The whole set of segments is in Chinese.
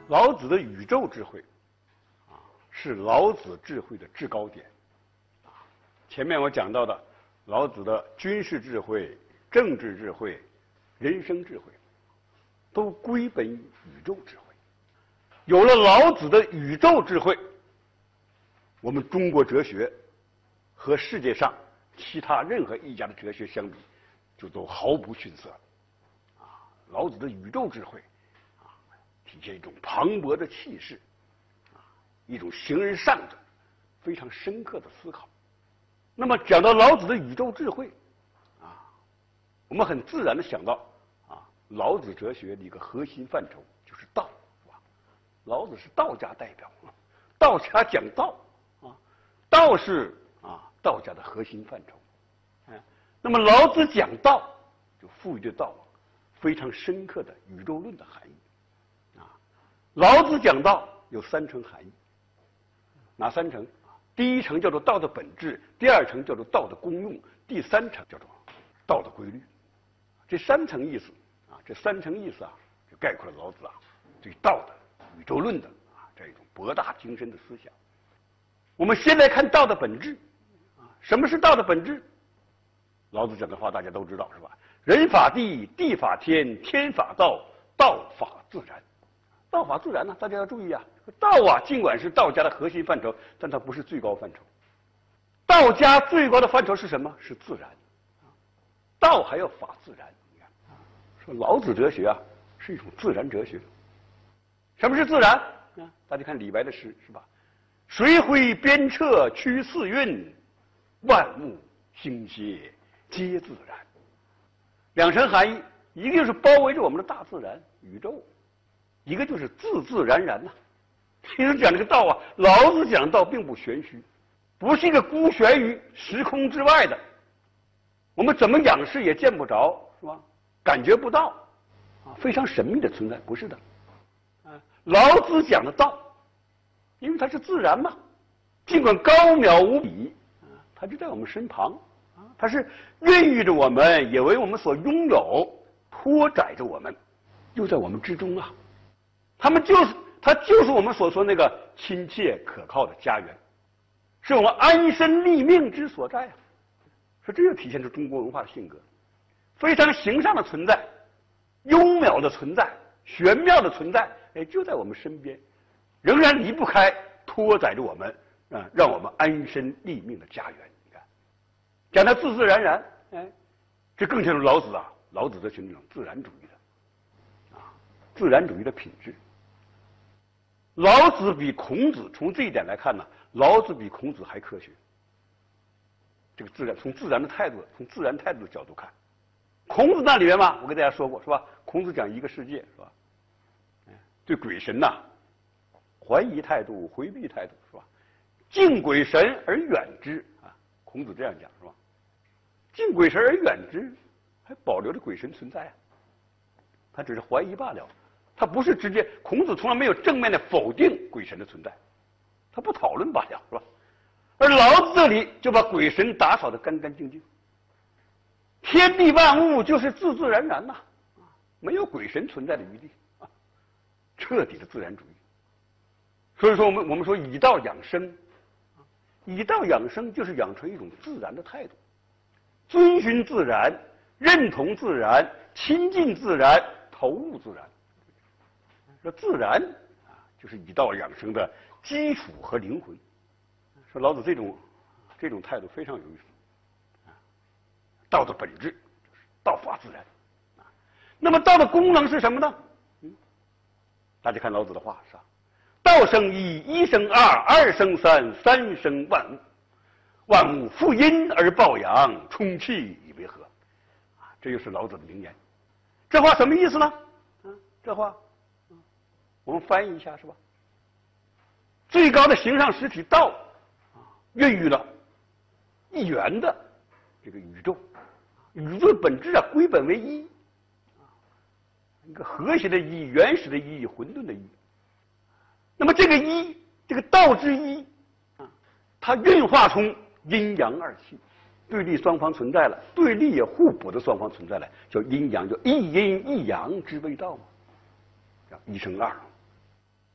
老子的宇宙智慧是老子智慧的制高点。前面我讲到的老子的军事智慧、政治智慧、人生智慧，都归本于宇宙智慧。有了老子的宇宙智慧，我们中国哲学和世界上其他任何一家的哲学相比，就都毫不逊色。老子的宇宙智慧体现一种磅礴的气势，一种形而上的非常深刻的思考。那么讲到老子的宇宙智慧我们很自然的想到老子哲学的一个核心范畴就是道，是吧？老子是道家代表，道家讲道道是道家的核心范畴。那么老子讲道就赋予对道非常深刻的宇宙论的含义。老子讲道有3层含义，哪3层？第一层叫做道的本质，第2层叫做道的功用，第3层叫做道的规律。这3层意思就概括了老子对道的宇宙论的这样一种博大精深的思想。我们先来看道的本质什么是道的本质？老子讲的话大家都知道，是吧？人法地，地法天，天法道，道法自然。道法自然大家要注意道尽管是道家的核心范畴，但它不是最高范畴。道家最高的范畴是什么？是自然。道还要法自然。你看说老子哲学是一种自然哲学。什么是自然？大家看李白的诗，是吧？水辉鞭策驱四运，万物兴歇皆自然。2层含义，一个就是包围着我们的大自然宇宙，一个就是自自然然其实讲这个道老子讲道并不玄虚，不是一个孤悬于时空之外的，我们怎么仰视也见不着，是吧？感觉不到非常神秘的存在，不是的。老子讲的道，因为它是自然嘛，尽管高渺无比它就在我们身旁它是孕育着我们，也为我们所拥有，托载着我们，就在我们之中它就是我们所说那个亲切可靠的家园，是我们安身立命之所在说这就体现出中国文化的性格，非常形上的存在，幽渺的存在，玄妙的存在就在我们身边，仍然离不开托载着我们让我们安身立命的家园。你看讲它自自然然这更像是老子的那种自然主义的自然主义的品质。老子比孔子，从这一点来看老子比孔子还科学。这个自然，从自然态度的角度看，孔子那里面我跟大家说过，是吧？孔子讲一个世界，是吧？对鬼神怀疑态度、回避态度，是吧？敬鬼神而远之孔子这样讲，是吧？敬鬼神而远之，还保留着鬼神存在他只是怀疑罢了。他不是直接，孔子从来没有正面的否定鬼神的存在，他不讨论罢了，是吧？而老子这里就把鬼神打扫得干干净净，天地万物就是自自然然没有鬼神存在的余地彻底的自然主义。所以说我们说以道养生，以道养生就是养成一种自然的态度，遵循自然，认同自然，亲近自然，投入自然。说自然就是以道养生的基础和灵魂。说老子这种态度非常有意思道的本质就是道法自然那么道的功能是什么呢？大家看老子的话是吧？道生一，一生二，二生三，三生万物，万物负阴而抱阳，充气以为和这就是老子的名言。这话什么意思呢？这话我们翻译一下，是吧？最高的形上实体道孕育了一元的这个宇宙，宇宙的本质归本为一一个和谐的一，原始的一，混沌的一。那么这个一，这个道之一它运化出阴阳二气，对立双方存在了，对立也互补的双方存在了，叫阴阳，叫一阴一阳之谓道嘛，叫一生二。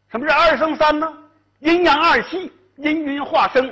什么是二生三呢？阴阳二气，阴云化生，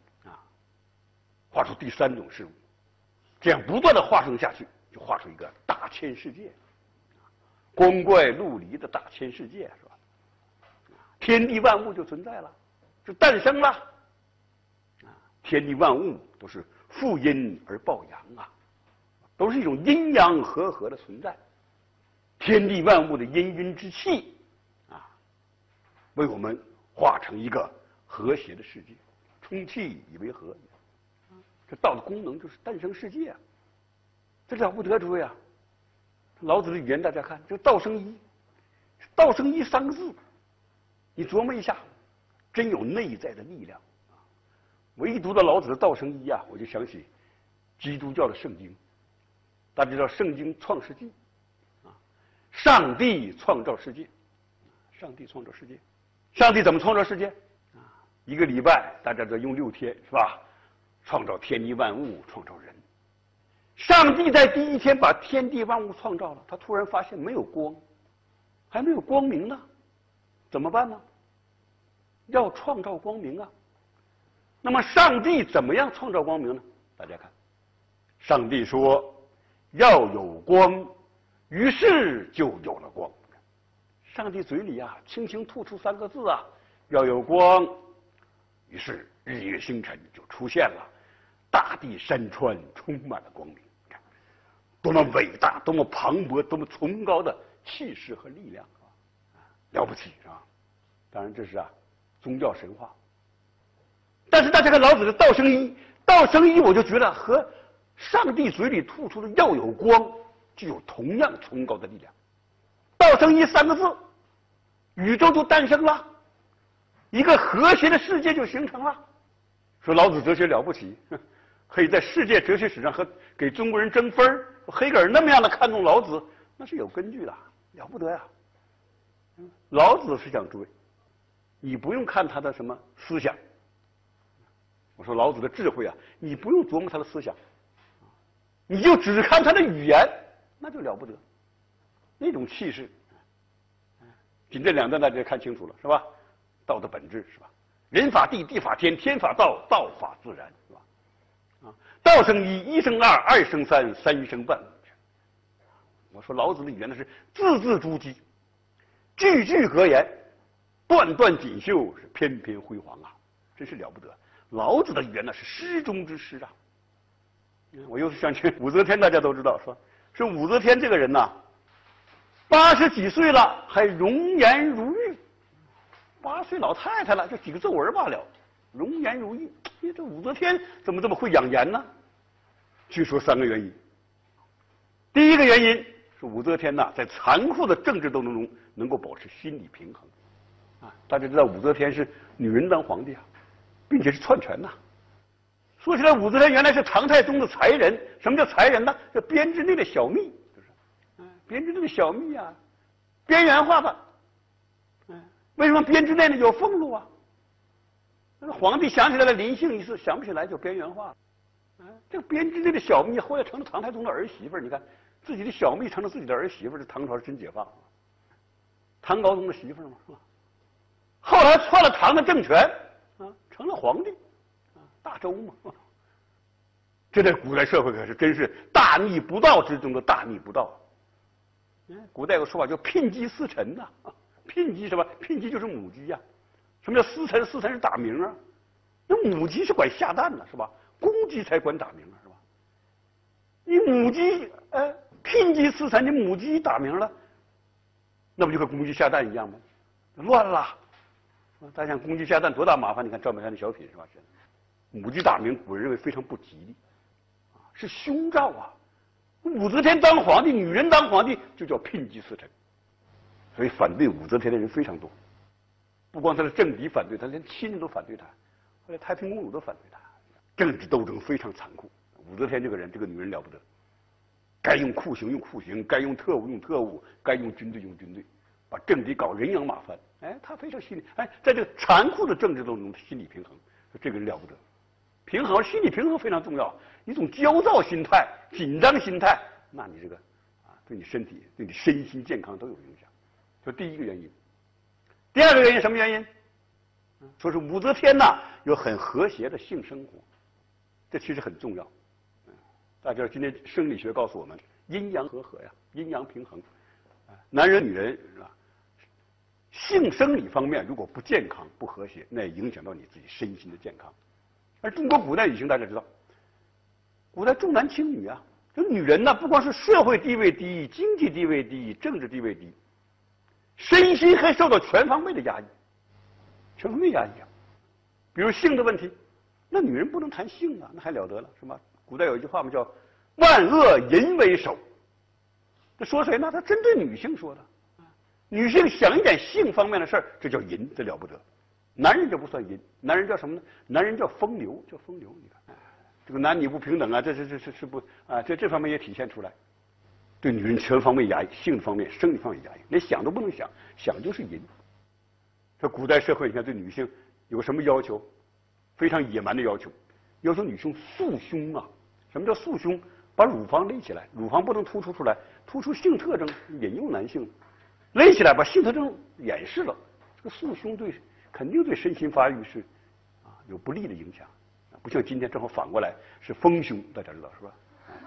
画出第三种事物。这样不断的化生下去，就画出一个大千世界，光怪陆离的大千世界，是吧？天地万物就存在了，就诞生了。天地万物都是负阴而抱阳啊，都是一种阴阳和合的存在。天地万物的阴阴之气为我们化成一个和谐的世界，充气以为和。这道的功能就是诞生世界啊，这了不得，诸位啊！老子的语言大家看，这个道生一，道生一三个字，你琢磨一下，真有内在的力量。我一读到老子的道生一啊，我就想起基督教的圣经。大家知道圣经创世纪上帝创造世界，上帝创造世界，上帝怎么创造世界一个礼拜大家都用6天，是吧？创造天地万物，创造人。上帝在第一天把天地万物创造了，他突然发现没有光，还没有光明呢，怎么办呢？要创造光明啊。那么上帝怎么样创造光明呢？大家看，上帝说要有光，于是就有了光。上帝嘴里轻轻吐出3个字要有光，于是日月星辰就出现了，大地山川充满了光明。多么伟大，多么磅礴，多么崇高的气势和力量了不起，是吧？当然这是宗教神话。但是大家看老子的道生一，道生一我就觉得和上帝嘴里吐出的要有光具有同样崇高的力量。道生一3个字，宇宙就诞生了，一个和谐的世界就形成了。说老子哲学了不起，可以在世界哲学史上和给中国人争分儿。黑格尔那么样的看重老子，那是有根据的，了不得呀。老子的思想，诸位，你不用看他的什么思想。我说老子的智慧你不用琢磨他的思想，你就只看他的语言，那就了不得，那种气势。仅这2段大家看清楚了，是吧？道的本质是吧？人法地，地法天，天法道，道法自然，是吧？道生一，一生二，二生三，三生万物。我说老子的语言呢是字字珠玑，句句格言，段段锦绣，是翩翩辉煌真是了不得。老子的语言呢是诗中之诗我又想起武则天，大家都知道，说武则天这个人80几岁了还容颜如玉，80岁老太太了，就几个皱纹罢了，容颜如玉。这武则天怎么这么会养颜呢？据说3个原因。第一个原因是武则天在残酷的政治斗争中能够保持心理平衡大家知道武则天是女人当皇帝并且是篡权说起来，武则天原来是唐太宗的才人。什么叫才人呢？叫编织内的小蜜，就是编织内的小蜜边缘化的。为什么编织内呢？有俸禄皇帝想起来了临幸一次，想不起来就边缘化了。这个编织内的小蜜后来成了唐太宗的儿媳妇，你看自己的小蜜成了自己的儿媳妇，这唐朝是真解放了。唐高宗的媳妇嘛，是吧？后来篡了唐的政权成了皇帝大周嘛。这在古代社会可是真是大逆不道之中的大逆不道。古代有个说法叫聘鸡司晨聘鸡什么？聘鸡就是母鸡什么叫司晨？司晨是打鸣那母鸡是管下蛋的，是吧？公鸡才管打鸣是吧？你母鸡聘鸡司晨，你母鸡打鸣了，那不就和公鸡下蛋一样吗？乱了。大家想公鸡下蛋多大麻烦？你看赵本山的小品是吧？母鸡打鸣，古人认为非常不吉利是凶兆武则天当皇帝，女人当皇帝就叫聘鸡司晨，所以反对武则天的人非常多。不光他的政敌反对他，连亲人都反对他，后来太平公主都反对他。政治斗争非常残酷。武则天这个人，这个女人了不得，该用酷刑用酷刑，该用特务用特务，该用军队用军队，把政敌搞人仰马翻。他非常心理在这个残酷的政治斗争中，心理平衡，这个人了不得。平衡心理平衡非常重要。一种焦躁心态、紧张心态，那你这个对你身体、对你身心健康都有影响。这第一个原因。 第二个原因什么原因？说是武则天呐有很和谐的性生活，这其实很重要。大家今天生理学告诉我们，阴阳和合呀，阴阳平衡。男人女人是吧？性生理方面如果不健康不和谐，那也影响到你自己身心的健康。而中国古代女性大家知道，古代重男轻女啊，这女人呢不光是社会地位低、经济地位低、政治地位低，身心还受到全方位的压抑，全方位压抑啊。比如性的问题，那女人不能谈性啊，那还了得了，是吧？古代有一句话嘛，叫“万恶淫为首”。这说谁呢？他针对女性说的。女性想一点性方面的事儿，这叫淫，这了不得。男人就不算淫，男人叫什么呢？男人叫风流，叫风流。你看，这个男女不平等啊，这不啊，这方面也体现出来。对女人全方位压抑，性方面、生理方面压抑，连想都不能想，想就是淫。这古代社会，你看对女性有个什么要求？非常野蛮的要求，要求女性束胸啊。什么叫束胸？把乳房勒起来，乳房不能突出出来，突出性特征，引诱男性。勒起来把性特征掩饰了，这个束胸肯定对身心发育是有不利的影响，不像今天正好反过来是丰胸，大家知道是吧？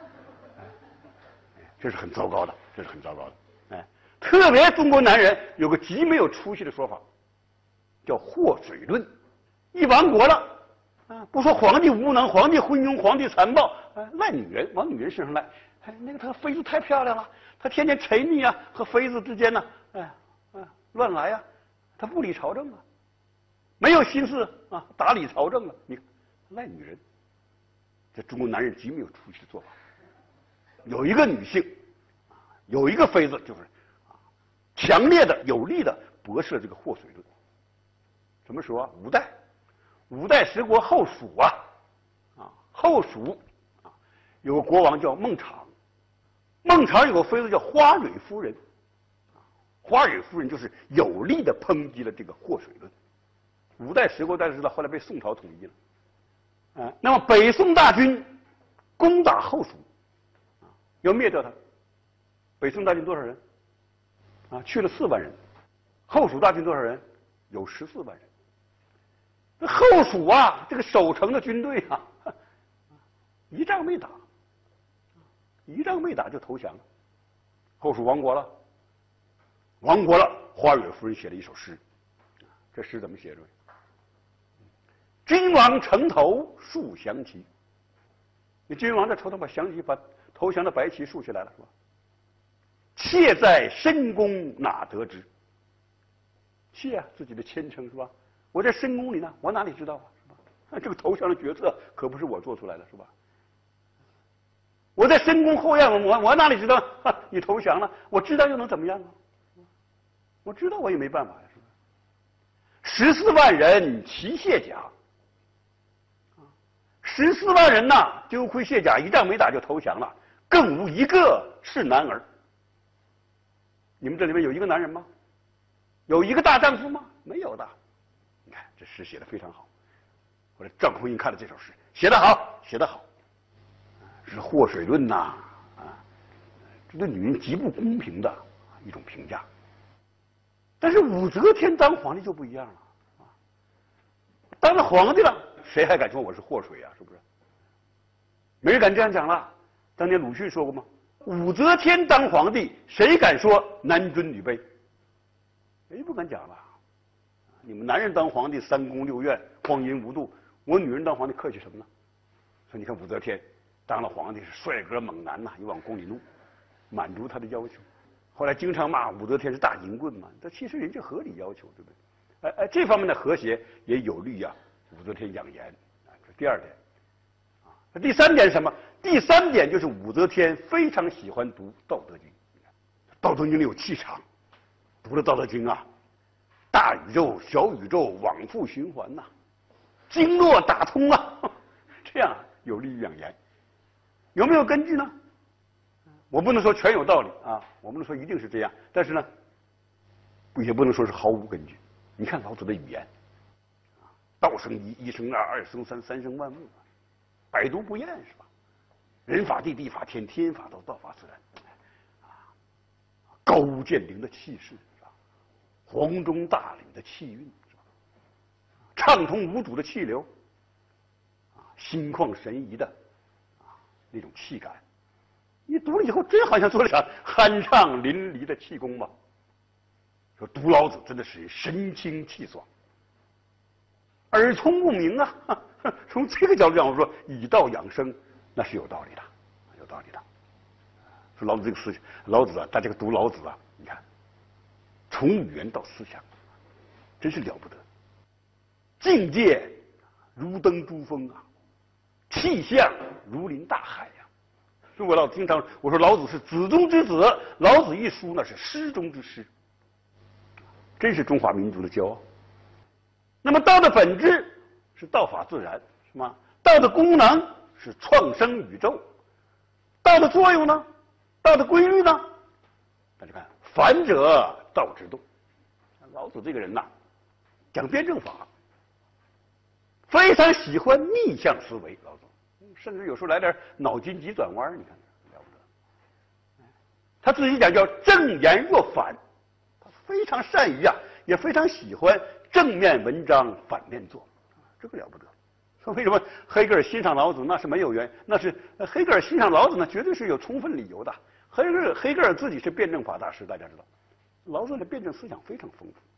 这是很糟糕的，这是很糟糕的。特别中国男人有个极没有出息的说法，叫祸水论。一亡国了不说皇帝无能、皇帝昏庸、皇帝残暴，赖女人，往女人身上赖。那个他妃子太漂亮了，他天天沉溺啊，和妃子之间呢，乱来啊，他不理朝政啊，没有心思打理朝政啊，你看赖女人，这中国男人极没有出息的做法。有一个女性有一个妃子，就是强烈的、有力的驳斥这个祸水论。什么时候啊？五代十国后蜀后蜀有个国王叫孟昶。孟昶有个妃子叫花蕊夫人，花蕊夫人就是有力的抨击了这个祸水论。五代十国大家知道，后来被宋朝统一了。那么北宋大军攻打后蜀，要灭掉他。北宋大军多少人？去了4万人。后蜀大军多少人？有14万人。这后蜀这个守城的军队一仗没打。一仗没打就投降了，后蜀亡国了。亡国了，花蕊夫人写了一首诗，这诗怎么写的？君王城头竖降旗。你君王在头上把降旗，把投降的白旗竖起来了，是吧？妾在深宫哪得知？妾自己的谦称是吧？我在深宫里呢，我哪里知道是吧？这个投降的决策可不是我做出来的，是吧？我在深宫后院，我哪里知道你投降了？我知道又能怎么样啊？我知道我也没办法呀，是吧？14万人齐卸甲，14万人丢盔卸甲，一仗没打就投降了，更无一个是男儿。你们这里面有一个男人吗？有一个大丈夫吗？没有的。你看这诗写得非常好。后来赵匡胤看了这首诗，写得好，写得好。是祸水论这对女人极不公平的一种评价。但是武则天当皇帝就不一样了当了皇帝了，谁还敢说我是祸水啊？是不是？没人敢这样讲了。当年鲁迅说过吗？武则天当皇帝，谁敢说男尊女卑？谁不敢讲了。你们男人当皇帝3宫6院，荒淫无度，我女人当皇帝客气什么呢？所以你看武则天当了皇帝是帅哥猛男也往宫里怒，满足他的要求。后来经常骂武则天是大淫棍嘛，这其实人家合理要求，对不对？这方面的和谐也有利武则天养颜这第2点。第3点是什么？第3点就是武则天非常喜欢读《道德经》，《道德经》里有气场，读了《道德经》大宇宙、小宇宙往复循环经络打通这样有利于养颜。有没有根据呢？我不能说全有道理我不能说一定是这样，但是呢，也不能说是毫无根据。你看老子的语言，道生一，一生二，二生三，三生万物，百读不厌是吧？人法地，地法天，天法道，道法自然，高屋建瓴的气势是吧？ 宏中大领的气韵，是吧？畅通无阻的气流，心旷神怡的那种气感。你读了以后，真好像做了场酣畅淋漓的气功吧。说读老子真的是神清气爽，耳聪目明啊！从这个角度讲，我说以道养生，那是有道理的，有道理的。说老子这个思想，老子啊，大家读老子啊，你看，从语言到思想，真是了不得。境界如登珠峰啊，气象如临大海呀。所以我老经常我说老子是子中之子，老子一书那是诗中之诗，真是中华民族的骄傲。那么道的本质是道法自然，是吗？道的功能是创生宇宙，道的作用呢？道的规律呢？大家看，反者道之动。老子这个人呐，讲辩证法，非常喜欢逆向思维。老子甚至有时候来点脑筋急转弯，你看了不得。他自己讲叫正言若反，他非常善于也非常喜欢正面文章反面做，这个了不得。说为什么黑格尔欣赏老子？那是没有原因，那是黑格尔欣赏老子呢，绝对是有充分理由的。黑格尔自己是辩证法大师，大家知道，老子的辩证思想非常丰富。